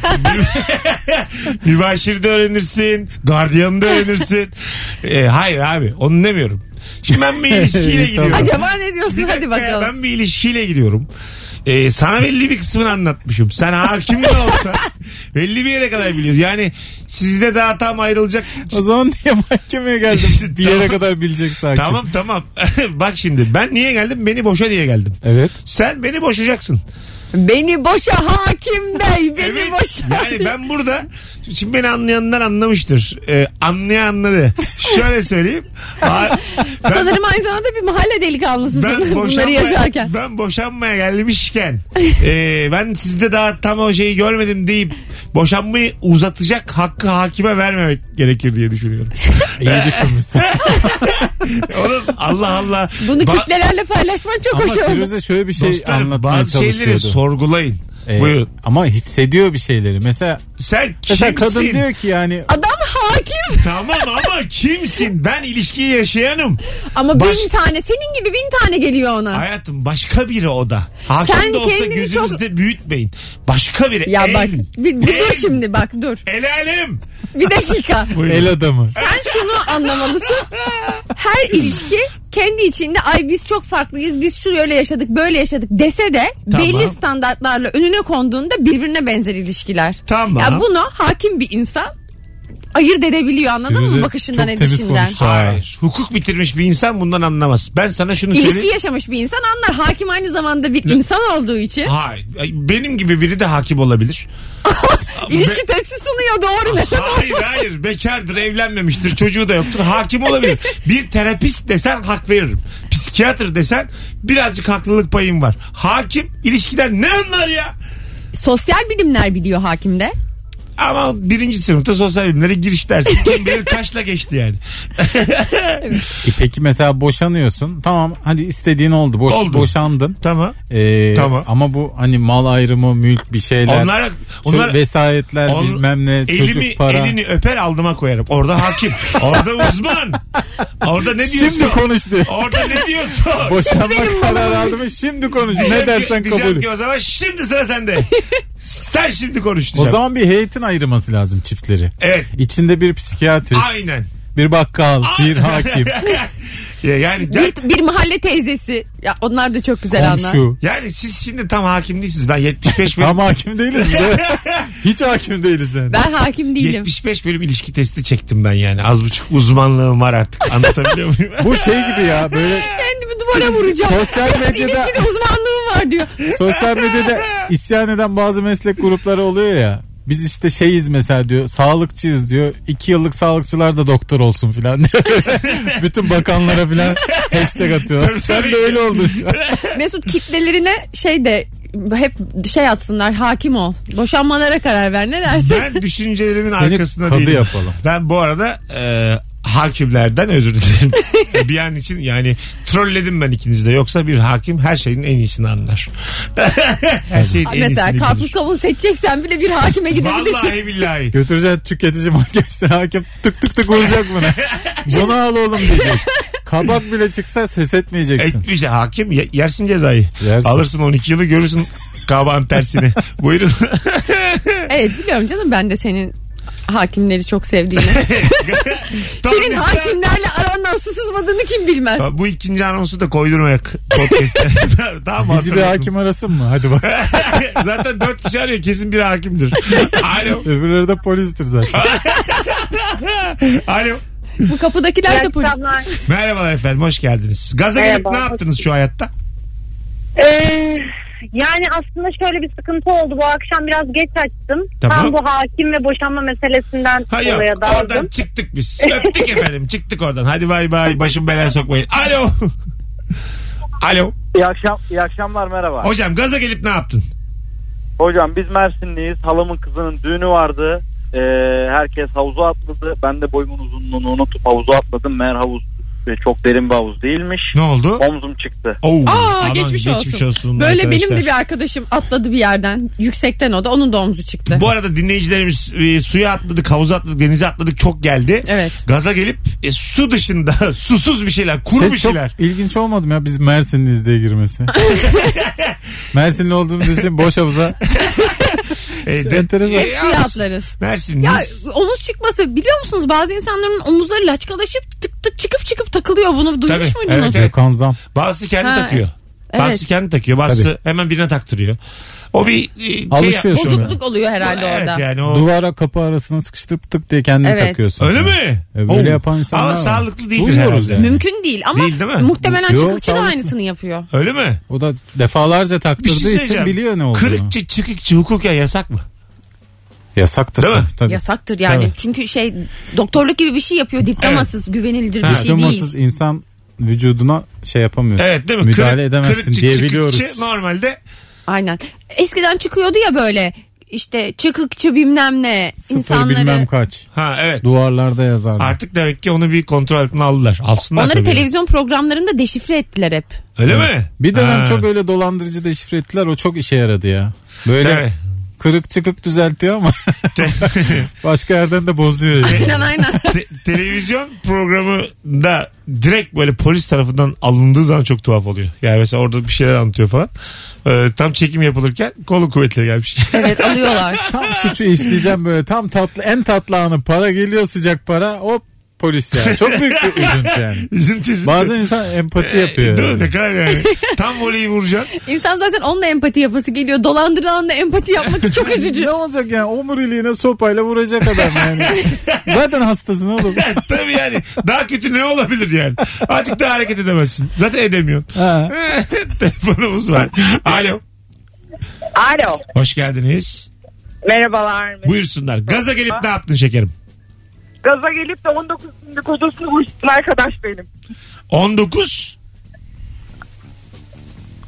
Mübaşir de öğrenirsin. Gardiyanı da öğrenirsin. Ee, hayır abi onu demiyorum. Şimdi ben bir ilişkiyle İnsan- gidiyorum. Acaba ne diyorsun? Bir Hadi dakika ya, bakalım. ben bir ilişkiyle gidiyorum. Ee, sana belli bir kısmını anlatmışım. Sen hakim de olsan belli bir yere kadar biliyorsun. Yani sizde daha tam ayrılacak. O zaman niye mahkemeye geldim? Bir yere Tamam. kadar bilecek sakin. Tamam tamam. Bak şimdi ben niye geldim? Beni boşa diye geldim. Evet. Sen beni boşayacaksın. Beni boşa hakim bey, beni Evet. boşa. Yani ben burada şimdi beni anlayanlar anlamıştır. Ee, anlayan anladı. Şöyle söyleyeyim. Ha, ben, Sanırım aynı zamanda bir mahalle delikanlısısın ben bunları boşanmaya, yaşarken. ben boşanmaya gelmişken e, ben sizde daha tam o şeyi görmedim deyip boşanmayı uzatacak hakkı hakime vermemek gerekir diye düşünüyorum. İyi düşünmüşsün. Oğlum Allah Allah. Bunu Ba- kitlelerle paylaşman çok Ama hoş oldu. Firuze şöyle bir şey Dostlarım, anlatmaya bazı şeyleri çalışıyordu. sorgulayın. Ee, Buyurun. ama hissediyor bir şeyleri. Mesela Sen mesela kimsin? kadın diyor ki yani Adam hakim Tamam ama kimsin? Ben ilişkiyi yaşayanım. ama Baş- bin tane, senin gibi bin tane geliyor ona. Hayatım başka biri o da. Hakim Sen de olsa kendini gözünüzde büyütmeyin. Başka biri. Ya El. bak bir, bir El. dur şimdi bak dur. El alem. Bir dakika. Buyurun. el adamı. Sen şunu anlamalısın. Her ilişki kendi içinde ay biz çok farklıyız, biz şöyle yaşadık böyle yaşadık dese de Tamam. belli standartlarla önüne konduğunda birbirine benzer ilişkiler. Tamam. Ya bunu hakim bir insan ayırt edebiliyor, anladın Firuze mı bakışından çok temiz edişinden. konuştu. Hayır. Hukuk bitirmiş bir insan bundan anlamaz. Ben sana şunu İlişki söyleyeyim. yaşamış bir insan anlar. Hakim aynı zamanda bir insan olduğu için. Hayır. Benim gibi biri de hakim olabilir. İlişki testi sunuyor, doğru neden? Hayır hayır. Bekardır, evlenmemiştir, çocuğu da yoktur. Hakim olabilir. Bir terapist desen hak veririm. Psikiyatr desen birazcık haklılık payım var. Hakim ilişkiden ne anlar ya? Sosyal bilimler biliyor hakimde. Ama birinci sınıfta sosyal bilimlere giriş dersi. Kim bilir kaçla geçti yani. E peki mesela boşanıyorsun. Tamam hadi istediğin oldu. Boş, Oldu. Boşandın. Tamam. Ee, Tamam. Ama bu hani mal ayrımı, mülk bir şeyler. Onlara, Şu onlara vesayetler on- bilmem ne elimi, çocuk para. elini öper aldıma koyarım. Orada hakim. Orada uzman. Orada ne diyorsun? Şimdi konuş diyor. Orada ne diyorsun? Boşanma kararı aldı mı şimdi konuş. Diyeceğim Ne dersen ki, diyeceğim kabul. ki o zaman şimdi sıra sende. Sen şimdi konuş O diyeceğim. zaman bir heyetin ayırması lazım çiftleri. Evet. İçinde bir psikiyatrist, Aynen. bir bakkal, bir hakim, Ya yani Bir, bir mahalle teyzesi. Ya onlar da çok güzel anlar. komşu. yani siz şimdi tam hakim değilsiniz. Ben yetmiş beş bölüm Tam hakim değiliz biz de. Hiç hakim değiliz yani. Ben hakim değilim. yetmiş beş bölüm ilişki testi çektim ben yani. Az buçuk uzmanlığım var artık. Anlatabiliyor muyum? Bu şey gibi ya böyle Kendimi duvara vuracağım. sosyal Mesut medyada ilişkide uzmanlığım var diyor. sosyal medyada isyan eden bazı meslek grupları oluyor ya. Biz işte şeyiz mesela diyor, sağlıkçıyız diyor. İki yıllık sağlıkçılar da doktor olsun filan diyor. Bütün bakanlara filan hashtag atıyor. Tabii, Sen tabii. de öyle oldun. Mesut kitlelerine şey de hep şey atsınlar, hakim ol. Boşanmalara karar ver, ne dersin? Ben düşüncelerimin Seni arkasında kadı değilim. yapalım. Ben bu arada e, hakimlerden özür dilerim. Bir an için yani trolledim ben ikinizi de. Yoksa bir hakim her şeyin en iyisini anlar. Her şeyin en Mesela iyisini karpuz bilir. kavun seçeceksen bile bir hakime gidebilirsin. Vallahi billahi. Götüreceksin tüketici mahkemesine, hakim tık tık tık vuracak buna. Bunu al oğlum diyecek. Kabak bile çıksa ses etmeyeceksin. Etmiş hakim ye- yersin cezayı. Yersin. Alırsın on iki yılı görürsün kabağın tersini. Buyurun. Evet biliyorum canım, ben de senin hakimleri çok sevdiğini. Tamam, Senin biz- hakimlerle arandan su sızmadığını kim bilmez. Tamam, bu ikinci anonsu da koydurmayak podcast'te. Tamam mı? Bizi bir hakim arasın mı? Hadi bak. Zaten dört kişi arıyor, kesin bir hakimdir. Alo. Öbürleri de polistir zaten. Alo. Bu kapıdakiler de polis. akşamlar. Merhabalar efendim, hoş geldiniz. Gaza gelip Merhaba. ne yaptınız şu hayatta? Ee, yani aslında şöyle bir sıkıntı oldu. Bu akşam biraz geç açtım. Tamam. Tam bu hakim ve boşanma meselesinden Ha yok, olaya oradan daldım. çıktık biz. Öptük efendim, çıktık oradan. Hadi bay bay, başım belaya sokmayın. Alo. Alo. İyi akşam, iyi akşamlar, merhaba. Hocam gaza gelip ne yaptın? Hocam biz Mersinliyiz. Halamın kızının düğünü vardı. Ee, herkes havuza atladı. Ben de boyumun uzunluğunu unutup havuza atladım. Meğer havuz e, çok derin bir havuz değilmiş. Ne oldu? Omzum çıktı. Oo, Aa aman, geçmiş, olsun. Böyle arkadaşlar. benim de bir arkadaşım atladı bir yerden. Yüksekten o da, onun da omzu çıktı. Bu arada dinleyicilerimiz e, suya atladık, havuza atladık, denize atladık, çok geldi. Evet. Gaza gelip e, su dışında susuz bir şeyler, kuru Şey bir çok şeyler. ilginç olmadı mı ya biz Mersinliyiz diye girmesi? Mersinli olduğumuz için boş havuza. E, de- enteresan. e, Suya az- atlarız. Mersinliyiz. Ya omuz çıkması, biliyor musunuz, bazı insanların omuzları laçkalaşıp tık tık çıkıp çıkıp takılıyor, bunu duymuş Tabii, muydunuz? evet, evet. Gökhan Zam. Bazısı kendi Ha, takıyor. evet. Bazısı kendi takıyor. Bazısı hemen birine taktırıyor. O bir e, şey Alışıyorsun yapmış ona. Bozukluk oluyor herhalde Evet, orada. yani o... Duvara kapı arasına sıkıştırıp tık diye kendini Evet. takıyorsun. Öyle Yani. mi? E, böyle Oo. yapan insanlar Ama var. sağlıklı değildir Duyuyoruz herhalde. yani. Mümkün değil ama Değil, değil mi? muhtemelen Yok, çıkıkçı da sağlıklı. aynısını yapıyor. Öyle mi? O da defalarca Bir şey taktırdığı için söyleyeceğim. biliyor ne olduğunu. Kırıkçı çıkıkçı hukuken yasak mı? Yasaktır. Değil mi? tabii, tabii. Yasaktır yani. Tabii. Çünkü şey, doktorluk gibi bir şey yapıyor. Diplomasız, güvenilir Ha. bir şey değil. Diplomasız insan vücuduna şey yapamıyorsun. Evet, değil mi? Müdahale Kırık- edemezsin kırıkçı, diye çıkıkçı biliyoruz. normalde Aynen. Eskiden çıkıyordu ya böyle işte çıkıkçı bilmem ne Sıfır insanları. bilmem kaç. ha evet. Duvarlarda yazarlar. Artık demek ki onu bir kontrol altına aldılar. Alsınlar Onları tabii. televizyon programlarında deşifre ettiler hep. Öyle Evet. mi? Bir dönem Ha. çok öyle dolandırıcı deşifre ettiler. O çok işe yaradı ya. Böyle Evet. kırık çıkık düzeltiyor ama başka yerden de bozuyor. Yani. Aynen aynen. Te- televizyon programında direkt böyle polis tarafından alındığı zaman çok tuhaf oluyor. Yani mesela orada bir şeyler anlatıyor falan. Ee, tam çekim yapılırken kolu kuvvetli gelmiş. Evet, alıyorlar. Tam suçu işleyeceğim böyle. Tam tatlı, en tatlı anı, para geliyor, sıcak para. Hop polis yani. Çok büyük bir üzüntü yani. üzüntü üzüntü. Bazen insan empati yapıyor. Değil mi? yani. Ne kadar yani. Tam voleyi vuracaksın. İnsan zaten onunla empati yapası geliyor. Dolandırılanla empati yapmak çok üzücü. Ne olacak yani, omuriliğine sopayla vuracak adam yani. Zaten hastasın oğlum. Tabii yani. Daha kötü ne olabilir yani? Azıcık daha hareket edemezsin. Zaten edemiyorsun. Ha. Telefonumuz var. Alo. Alo. Hoş geldiniz. Merhabalar. Buyursunlar. Gaza gelip ne yaptın şekerim? Gaza gelip de on dokuz günlük odasını vursun arkadaş benim. on dokuz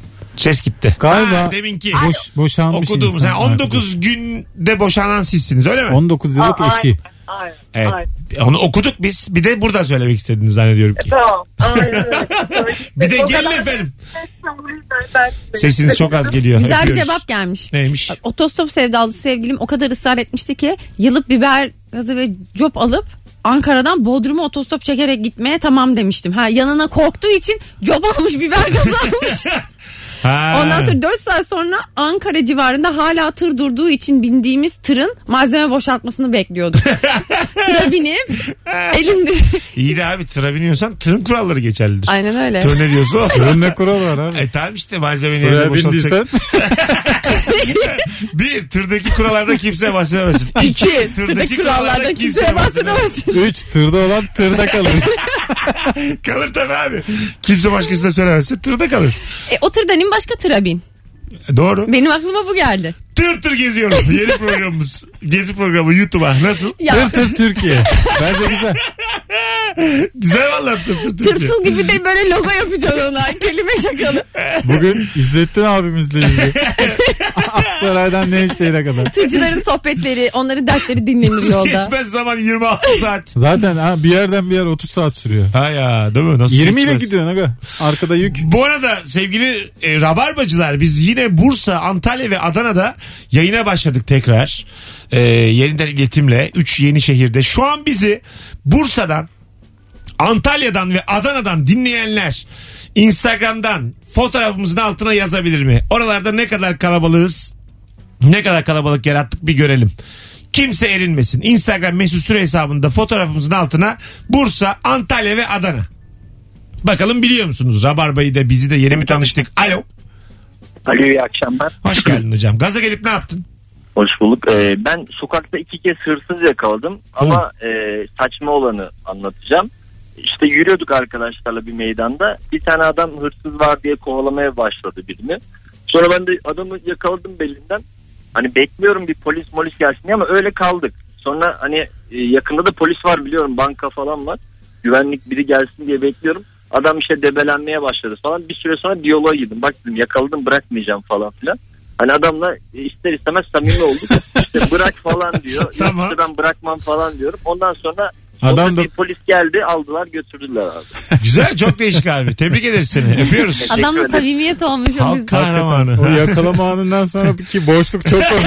Ses gitti. Galiba Ha, deminki boş, boşanmış okuduğumuz. insan Yani on dokuz günde boşanan sizsiniz öyle mi? on dokuz yıllık Aa, eşi. Aynen. Evet. Aynen. Onu okuduk biz. Bir de burada söylemek istediğini zannediyorum ki. Tamam. Aynen öyle. Bir de O gelin kadar- efendim. Ben- Sesiniz çok az geliyor. Güzel bir Öpüyoruz. cevap gelmiş. Neymiş? Bak, otostop sevdalısı sevgilim o kadar ısrar etmişti ki yılıp biber gazı ve cop alıp Ankara'dan Bodrum'a otostop çekerek gitmeye tamam demiştim. Ha yanına korktuğu için cop almış, biber gazı almış. Ha. Ondan sonra dört saat sonra Ankara civarında hala tır durduğu için bindiğimiz tırın malzeme boşaltmasını bekliyorduk. Tıra binip elinde. İyi de abi tıra biniyorsan tırın kuralları geçerlidir. Aynen öyle. Tır ne diyorsa o. Tırın ne kural var abi? E tamam işte malzemeni yerine Buraya boşaltacak. bindiysen Bir, tırdaki kurallarda kimseye bahsedemezsin. İki, tırdaki kurallardan kimseye bahsedemezsin. üç tırda olan tırda kalır. Kalır tabii abi. Kimse başkasına söylemezse tırda kalır. E, o tırdan in başka tıra bin. E, doğru. Benim aklıma bu geldi. Tır tır geziyorum. Yeni programımız. Gezi programı YouTube'a. Nasıl? Ya Tır tır Türkiye. Bence güzel. Güzel vallahi tır tır Türkiye. tırtıl gibi de böyle logo yapacaksın ona. Kelime şakalı. Bugün İzzettin abimizle ilgili. Aksaray'dan Nevşehir'e kadar. Tırcıların sohbetleri, onların dertleri dinlenir yolda. Geçmez zaman yirmi altı saat. Zaten ha, bir yerden bir yer otuz saat sürüyor. Ha ya değil mi? Nasıl yirmi ile geçmez? gidiyorsun aga. Arkada yük. Bu arada sevgili e, Rabarbacılar biz yine Bursa, Antalya ve Adana'da yayına başladık tekrar. E, yeniden iletimle üç yeni şehirde. Şu an bizi Bursa'dan, Antalya'dan ve Adana'dan dinleyenler Instagram'dan fotoğrafımızın altına yazabilir mi? Oralarda ne kadar kalabalığız? Ne kadar kalabalık yarattık bir görelim. Kimse erinmesin. Instagram Mesut Süre hesabında fotoğrafımızın altına Bursa, Antalya ve Adana. Bakalım biliyor musunuz? Rabarba'yı da bizi de yeni mi tanıştık? Alo. Alo, iyi akşamlar. Hoş geldin hocam. Gaza gelip ne yaptın? Hoş bulduk. Ee, ben sokakta iki kez hırsız yakaladım ama e, saçma olanı anlatacağım. İşte yürüyorduk arkadaşlarla bir meydanda. Bir tane adam hırsız var diye kovalamaya başladı birini. Sonra ben de adamı yakaladım belinden. Hani bekliyorum bir polis molis gelsin diye ama öyle kaldık. Sonra hani e, yakında da polis var biliyorum, banka falan var. Güvenlik biri gelsin diye bekliyorum. Adam işte debelenmeye başladı falan. Bir süre sonra diyaloğa girdim. Bak dedim yakaladım, bırakmayacağım falan filan. Hani adamla ister istemez samimi olduk. İşte bırak falan diyor. Tamam. İşte ben bırakmam falan diyorum. Ondan sonra Adam da bir polis geldi, aldılar götürdüler abi. Güzel, çok değişik abi. Tebrik ederiz seni. Öpüyoruz. Adamla ederim. samimiyet olmuş. o Halk yüzden. kahramanı. o yakalama anından sonraki boşluk çok komik.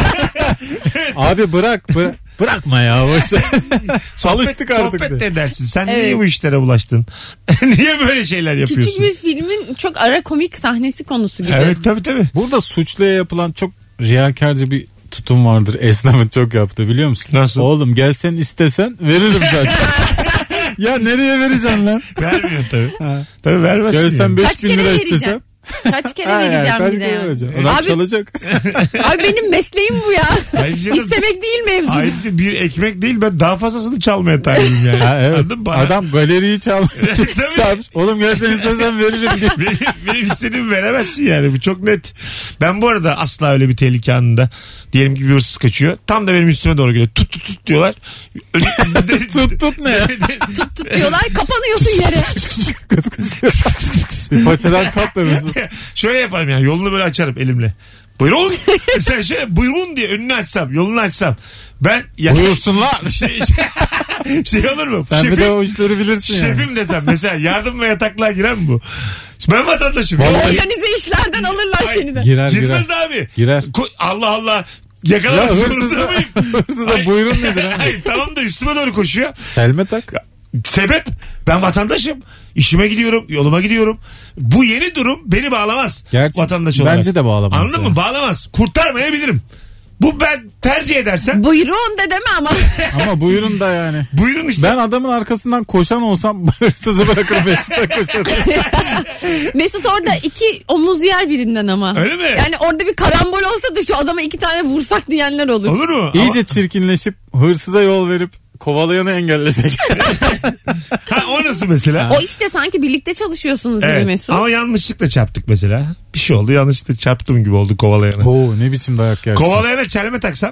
Abi bırak, bırak. Bırakma ya. Boş. Alıştık artık. Sohbet de edersin. Sen Evet. niye bu işlere bulaştın? Niye böyle şeyler yapıyorsun? Küçük bir filmin çok ara komik sahnesi konusu gibi. Evet tabii tabii. Burada suçluya yapılan çok riyakarca bir tutum vardır. Esnafın çok yaptığı, biliyor musun? Nasıl? Oğlum gelsen istesen veririm zaten. Ya nereye vereceksin lan? Vermiyor tabii. Ha. Tabii vermezsin. Gelsen yani. beş Kaç bin kere lira vereceğim? istesem. Kaç kere Ha yani, vereceğim kaç bir de kere yani. vereceksin? Adam Abi- çalacak. Abi benim mesleğim bu ya. Ayrıca, da- İstemek değil mevzu. ayrıca bir ekmek değil, ben daha fazlasını çalmaya talibim yani. Ha, evet. Anladın mı? Bana- Adam galeriyi çal. Tabii. Çalmış. Oğlum gelsen istesen veririm diye. benim, benim istediğimi veremezsin yani, bu çok net. Ben bu arada asla öyle bir tehlike anında, diyelim ki bir hırsız kaçıyor, tam da benim üstüme doğru geliyor, tut tut tut diyorlar. Tut tut ne ya? Tut tut diyorlar, kapanıyorsun yere. Kıs kıs. Bir paçadan kap be Mesut. Şöyle yaparım yani, yolunu böyle açarım elimle. Buyurun. Sen şöyle buyurun diye önünü açsam, yolunu açsam. Ben ya, Buyursunlar. şey, şey, şey olur mu? Sen bir de o işleri bilirsin yani. Şefim desem mesela, yardım ve yataklığa girer mi bu? Ben vatandaşım. Vallahi- Organize işlerden alırlar Ay, seni de. Girer girer. Girmez de abi. Girer. Ko- Allah Allah. Ya Yakalamak zorunda hırsıza, mıyım? hırsıza Ay- buyurun nedir ha? Ay, tamam da üstüme doğru koşuyor. Çelme tak. Sebep, ben vatandaşım. İşime gidiyorum, yoluma gidiyorum. Bu yeni durum beni bağlamaz. Gerçi vatandaş olarak. bence de bağlamaz. Anladın yani. mı? Bağlamaz. Kurtarmayabilirim. Bu ben tercih edersem Buyurun de deme ama. Ama buyurun da yani. buyurun işte. Ben adamın arkasından koşan olsam hırsızı bırakır Mesut'a koşarım. Mesut orada iki omuz yer birinden ama. Öyle mi? Yani orada bir karambol olsa da şu adama iki tane vursak diyenler olur. Olur mu? İyice çirkinleşip hırsıza yol verip kovalayanı engellesek. Ama, ha, o nasıl mesela? O işte sanki birlikte çalışıyorsunuz gibi Evet, Mesut. ama yanlışlıkla çarptık mesela. Bir şey oldu, yanlışlıkla çarptım gibi oldu kovalayana. Oo ne biçim dayak yersin. Kovalayana çelme taksam.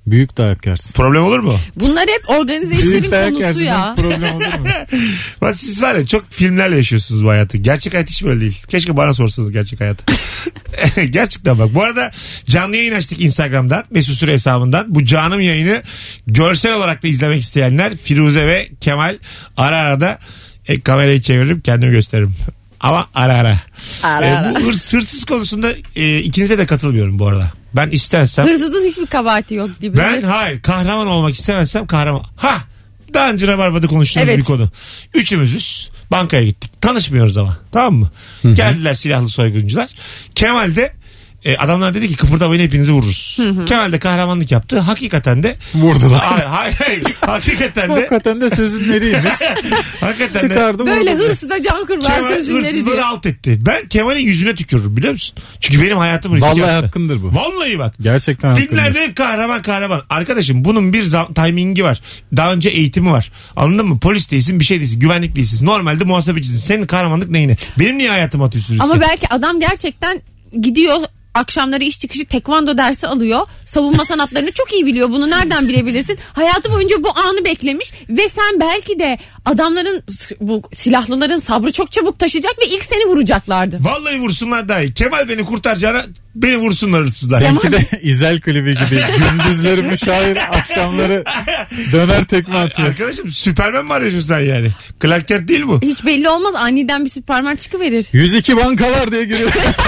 Büyük dayak yersin. Problem olur mu? Bunlar hep organize Büyük işlerin dayak konusu yersin. ya. Problem olur mu? Bak siz var ya çok filmlerle yaşıyorsunuz bu hayatı. Gerçek hayat hiç böyle değil. Keşke bana sorsanız gerçek hayatı. Gerçekten bak. Bu arada canlı yayın açtık Instagram'dan. Mesut Süre hesabından. Bu canım yayını görsel olarak da izlemek isteyenler Firuze ve Kemal ara ara da e, kamerayı çeviririm kendimi gösteririm. Ama ara ara. Ara E, ara. bu hırs, hırsız konusunda e, ikinize de katılmıyorum bu arada. Ben istersem. Hırsızın hiçbir kabahati yok gibi. Ben hayır kahraman olmak istemezsem kahraman. Ha daha önce Rabarba'da konuştuğumuz Evet. bir konu. Üçümüzüz bankaya gittik. Tanışmıyoruz ama tamam mı? Hı-hı. Geldiler silahlı soyguncular. Kemal de e, adamlar dedi ki kıpırdamayın hepinizi vururuz. Hı-hı. Kemal de kahramanlık yaptı. Hakikaten de vurdular. Hayır hayır. hayır. Hakikaten de. Hakikaten de sözün nereymiş? Hakikaten de. Çıkardı böyle vurdu. hırsıza can kurban Kemal sözünleri hırsızları diyor. alt etti. Ben Kemal'in yüzüne tükürürüm biliyor musun? Çünkü benim hayatım riske Vallahi attı. hakkındır bu. Vallahi bak. Gerçekten Filmlerde hakkındır. hep kahraman kahraman. Arkadaşım bunun bir zam- timingi var. Daha önce eğitimi var. Anladın mı? Polis değilsin bir şey değilsin. Güvenlik değilsin. Normalde muhasebecisin. Senin kahramanlık neyine? Benim niye hayatıma atıyorsun riske? Ama belki adam gerçekten gidiyor akşamları iş çıkışı tekvando dersi alıyor. Savunma sanatlarını çok iyi biliyor. Bunu nereden bilebilirsin? Hayatı boyunca bu anı beklemiş ve sen belki de adamların bu silahlıların sabrı çok çabuk taşıyacak ve ilk seni vuracaklardı. Vallahi vursunlar daha iyi. Kemal beni kurtaracağına beni vursunlar hırsızlar. Belki de İzel klibi gibi gündüzleri müşahir, akşamları döner tekme atıyor. Arkadaşım Süpermen mi arıyorsun sen yani? Clark Kent değil bu. Hiç belli olmaz. Aniden bir Süperman çıkıverir. yüz iki bankalar diye giriyor.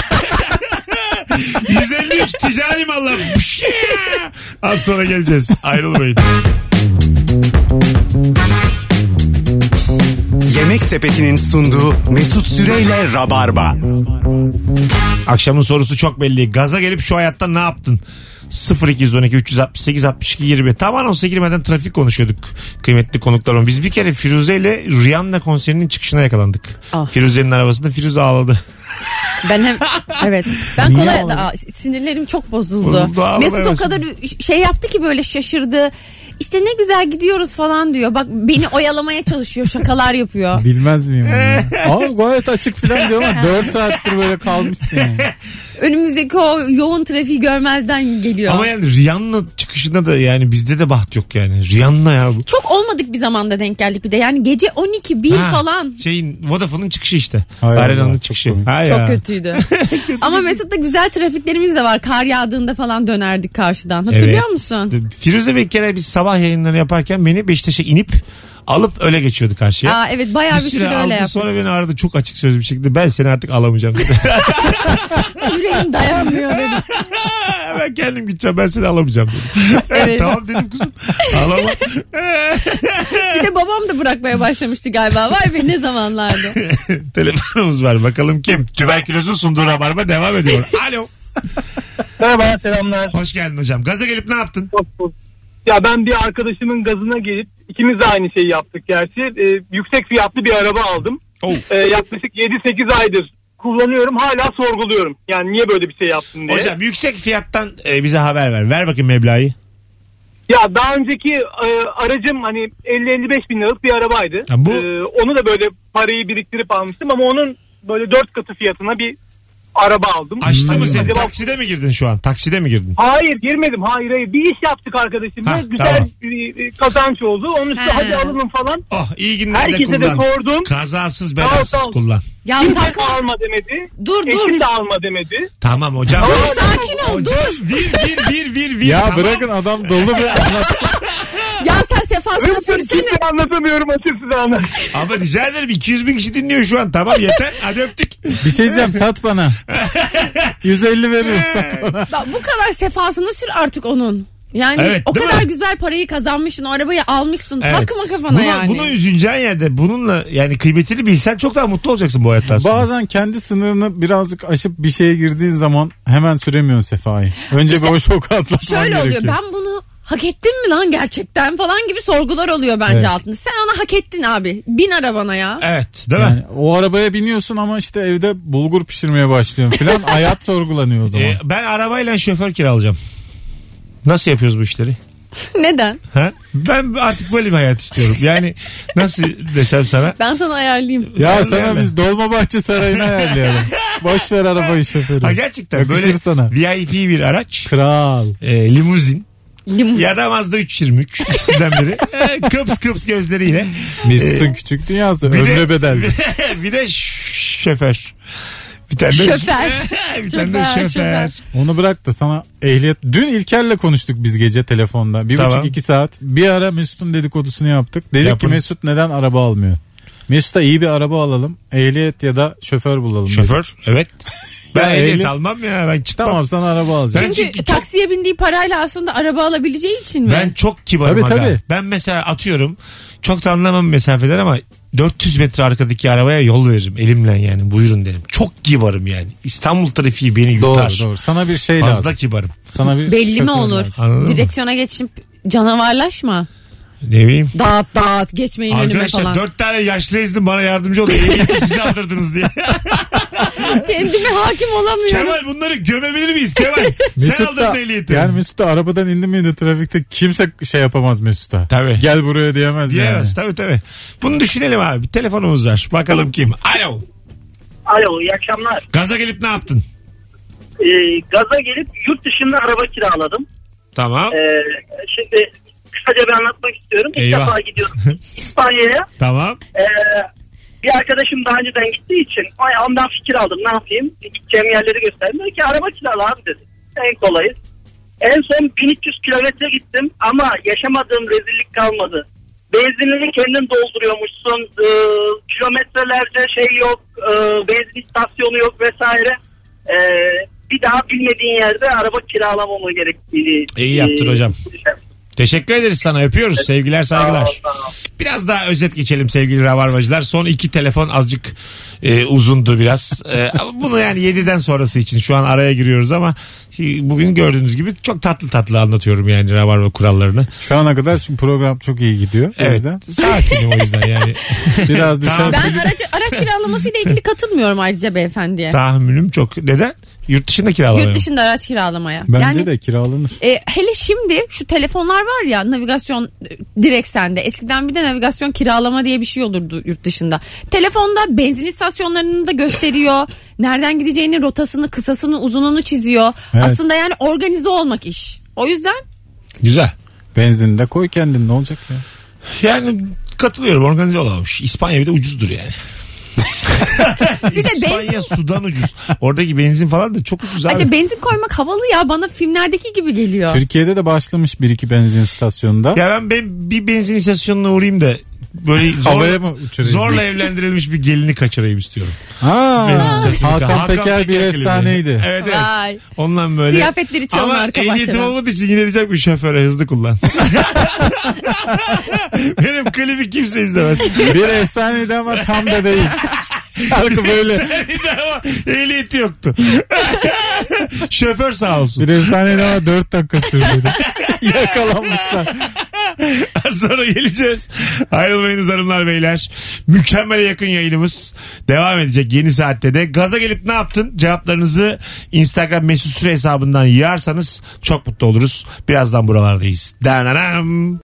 yüz elli üç ticari mallar. Az sonra geleceğiz. Ayrılmayın. Yemek Sepeti'nin sunduğu Mesut Süreyle Rabarba. Akşamın sorusu çok belli. Gaza gelip şu hayatta ne yaptın? sıfır iki on iki üç altı sekiz altmış iki yirmi. Tam anonsa girmeden trafik konuşuyorduk kıymetli konuklarım. Biz bir kere Firuze ile Rihanna konserinin çıkışına yakalandık. Ah. Firuze'nin arabasında Firuze ağladı. Ben hem evet ben Niye kolay ağladın? Aa, sinirlerim çok bozuldu. Bozuldu, ağlamaya Mesut o başladı. kadar şey yaptı ki böyle şaşırdı. İşte ne güzel gidiyoruz falan diyor. Bak beni oyalamaya çalışıyor, şakalar yapıyor. Bilmez miyim onu ya? Aa, gayet açık filan diyor ama dört saattir böyle kalmışsın yani. Önümüzdeki o yoğun trafiği görmezden geliyor. Ama yani Rihanna çıkışında da yani bizde de baht yok yani. Rihanna ya bu. Çok olmadık bir zamanda denk geldik bir de. Yani gece on iki bir Ha, falan. Şeyin Vodafone'un çıkışı işte. Hay Arena'nın Allah, çok çıkışı. komik. Ha Çok ya. kötüydü. Ama Mesut'ta güzel trafiklerimiz de var. Kar yağdığında falan dönerdik karşıdan. Hatırlıyor Evet. musun? Firuze bir kere biz sabah yayınları yaparken beni Beşiktaş'a inip alıp öyle geçiyordu karşıya. Aa, evet bayağı bir, bir süre süre öyle aldı yaptık. sonra beni aradı çok açık sözlü bir şekilde ben seni artık alamayacağım dedi. Yüreğim dayanmıyor dedim. Ben kendim gideceğim ben seni alamayacağım dedim. Evet. Tamam dedim kuzum alama. Bir de babam da bırakmaya başlamıştı galiba. Vay be ne zamanlardı. Telefonumuz var bakalım kim? Tüberkülozun sunduğu Rabarba devam ediyor. Alo. Merhaba, selamlar. Hoş geldin hocam. Gaza gelip ne yaptın? Ya ben bir arkadaşımın gazına gelip ikimiz de aynı şeyi yaptık gerçi. Ee, yüksek fiyatlı bir araba aldım. Oh. Ee, yaklaşık yedi sekiz aydır kullanıyorum, hala sorguluyorum. Yani niye böyle bir şey yaptın diye. Hocam yüksek fiyattan e, bize haber ver. Ver bakayım meblağı. Ya daha önceki e, aracım hani elli elli beş bin liralık bir arabaydı. Ha, bu- Ee, onu da böyle parayı biriktirip almıştım ama onun böyle dört katı fiyatına bir araba aldım. Açtı Hani mı seni? acaba- Takside mi girdin şu an? Takside mi girdin? Hayır, girmedim. Hayır hayır. Bir iş yaptık arkadaşımla. Ha, Güzel tamam. bir kazanç oldu. Onun üstüne Ha. hadi alırım falan. Oh iyi günlerde Herkese de kullan. sordum. Kazasız Sağ belasız ol, sağ ol. kullan. Ya Kimse takma. alma demedi. Dur Eşim dur. de alma demedi. Tamam hocam. Dur, sakin ol, Hocam, Bir bir bir bir bir. Ya tamam. bırakın adam dolu bir anlatsın. Ya sen sefasını Hırsız sürsene. kimse anlatamıyorum, açık size anlat. Ama rica ederim iki yüz bin kişi dinliyor şu an. Tamam yeter. Hadi öptük. Bir şey diyeceğim, sat bana. yüz elli veririm, sat bana. Bak, bu kadar sefasını sür artık onun. Yani Evet, o değil kadar mi? güzel parayı kazanmışsın, o arabayı almışsın. Evet. Takma kafana Buna, yani. Bunu üzüleceğin yerde bununla yani kıymetini bilsen çok daha mutlu olacaksın bu hayatta aslında. Bazen kendi sınırını birazcık aşıp bir şeye girdiğin zaman hemen süremiyorsun sefayı. Önce bir o şoku atlatman Şöyle gerekiyor. oluyor, ben bunu hak ettim mi lan gerçekten falan gibi sorgular oluyor bence Evet. altında. Sen onu hak ettin abi. Bin arabana ya. Evet değil mi? Yani o arabaya biniyorsun ama işte evde bulgur pişirmeye başlıyorsun filan. Hayat sorgulanıyor o zaman. Ee, ben arabayla şoför kiralayacağım. Nasıl yapıyoruz bu işleri? Neden? Ha? Ben artık böyle bir hayat istiyorum. Yani nasıl desem sana? Ben sana ayarlayayım. Ya Ben sana yani. biz Dolmabahçe Sarayı'na ayarlayalım. Boş ver arabayı şoförü. Ha gerçekten Yakışır böyle sana. V I P bir araç, Kral. e, limuzin, Limuz. Ya da Mazda üç yirmi üç. İkisinden biri. Ee, kıps kıps gözleriyle. Mesut'un küçük dünyası Bir de- ömre bedeldi. Bir de ş- şoför. Bir tane de Şoför. bir tane de Şoför, şoför. şoför. Onu bırak da sana ehliyet. Dün İlker'le konuştuk biz gece telefonda. Bir Tamam. buçuk iki saat. Bir ara Mesut'un dedikodusunu yaptık. Dedik Yapın. ki Mesut neden araba almıyor? Mesut'a iyi bir araba alalım. Ehliyet ya da şoför bulalım. dedik. Şoför. Evet. Ben Ya ehliyet ehliyet- almam ya. Ben çıkmam. Tamam sana araba alacağım. Ben Çünkü çünkü çok- taksiye bindiği parayla aslında araba alabileceği için mi? Ben çok kibarım Tabii, aga. tabii. Ben mesela atıyorum çok da anlamam mesafeden ama dört yüz metre arkadaki arabaya yol veririm elimle yani buyurun derim. Çok kibarım yani. İstanbul trafiği beni yutar. Doğru doğru. Sana bir şey Fazla lazım. kibarım. Sana bir Belli mi şoför olur? lazım. Anladın mı? Direksiyona geçip canavarlaşma. Ne bileyim. Dağıt dağıt geçmeyin önüme Arkadaşlar falan. dört tane yaşlı ezdim bana yardımcı olun. Ehliyeti siz aldırdınız diye. Kendime hakim olamıyorum. Kemal bunları gömebilir miyiz Kemal? Sen Mesut aldırdın da, ehliyeti. yani Mesut da arabadan indi miydi trafikte kimse şey yapamaz Mesut'a. Tabii. Gel buraya diyemez, Diyemez yani. tabii tabii. Bunu düşünelim abi. Bir telefonumuz var. Bakalım kim? Alo. Alo, iyi akşamlar. Gaza gelip ne yaptın? Ee, gaza gelip yurt dışında araba kiraladım. Tamam. Ee, şimdi kısaca bir anlatmak istiyorum. İlk Eyvah. defa gidiyorum İspanya'ya. Tamam. Ee, bir arkadaşım daha önceden gittiği için ondan fikir aldım, ne yapayım? Gideceğim yerleri gösterdim. Dedi ki araba kirala abi dedi. En kolayı. En son bin üç yüz kilometre gittim ama yaşamadığım rezillik kalmadı. Benzinini kendin dolduruyormuşsun. Ee, kilometrelerce şey yok. E, benzin istasyonu yok vesaire. Ee, bir daha bilmediğin yerde araba kiralamamı gerektiğini. İyi yaptın e, hocam. Teşekkür ederiz sana, öpüyoruz. Sevgiler, saygılar. Sağ ol, sağ ol. Biraz daha özet geçelim sevgili rabarbacılar. Son iki telefon azıcık e, uzundu biraz. E, bunu yani yediden sonrası için şu an araya giriyoruz ama bugün gördüğünüz gibi çok tatlı tatlı anlatıyorum yani rabarba kurallarını. Şu ana kadar şu program çok iyi gidiyor. O Evet. yüzden Sakinim o yüzden yani. biraz Tamam. düşerse Ben araç, araç kiralamasıyla ilgili katılmıyorum ayrıca beyefendiye. Tahminim çok. Neden? Yurt dışında kiralamıyor. Yurt dışında araç kiralamaya. bence yani, de kiralanır. e, hele şimdi şu telefonlar var ya, navigasyon e, direkt sende. Eskiden bir de navigasyon kiralama diye bir şey olurdu yurt dışında. Telefonda benzin istasyonlarını da gösteriyor. Nereden gideceğini, rotasını, kısasını, uzununu çiziyor. Evet. Aslında yani organize olmak iş. O yüzden Güzel. Benzinini de koy kendin, ne olacak ya? Yani katılıyorum, organize olamamış. İspanya bir de ucuzdur yani. Bir de İspanya sudan ucuz. Oradaki benzin falan da çok ucuz abi. acaba benzin koymak havalı ya, bana filmlerdeki gibi geliyor. Türkiye'de de başlamış bir iki benzin istasyonunda. Ya ben, ben bir benzin istasyonuna uğrayayım da böyle Havaya zorla, mı uçurayım? zorla evlendirilmiş bir gelini kaçırayım istiyorum. Aa, Benzin istasyonu. Hakan, Peker bir Peker efsaneydi. klibi. Evet evet. Vay. Ondan böyle. Kıyafetleri çalın Ama arka ehliyetim bahçeden. olmadığı için yine diyecek bir şoföre hızlı kullan. Benim klibi kimse izlemez. Bir efsaneydi ama tam da değil. Şarkı böyle. Efsaneydi ama ehliyeti yoktu. Şoför sağ olsun. Bir efsaneydi ama dört dakika sürdü. Yakalanmışlar. Az sonra geleceğiz. Ayrılmayınız hanımlar beyler. Mükemmele yakın yayınımız devam edecek yeni saatte de. Gaza gelip ne yaptın? Cevaplarınızı Instagram Mesut Süre hesabından yığarsanız çok mutlu oluruz. Birazdan buralardayız. Dananam.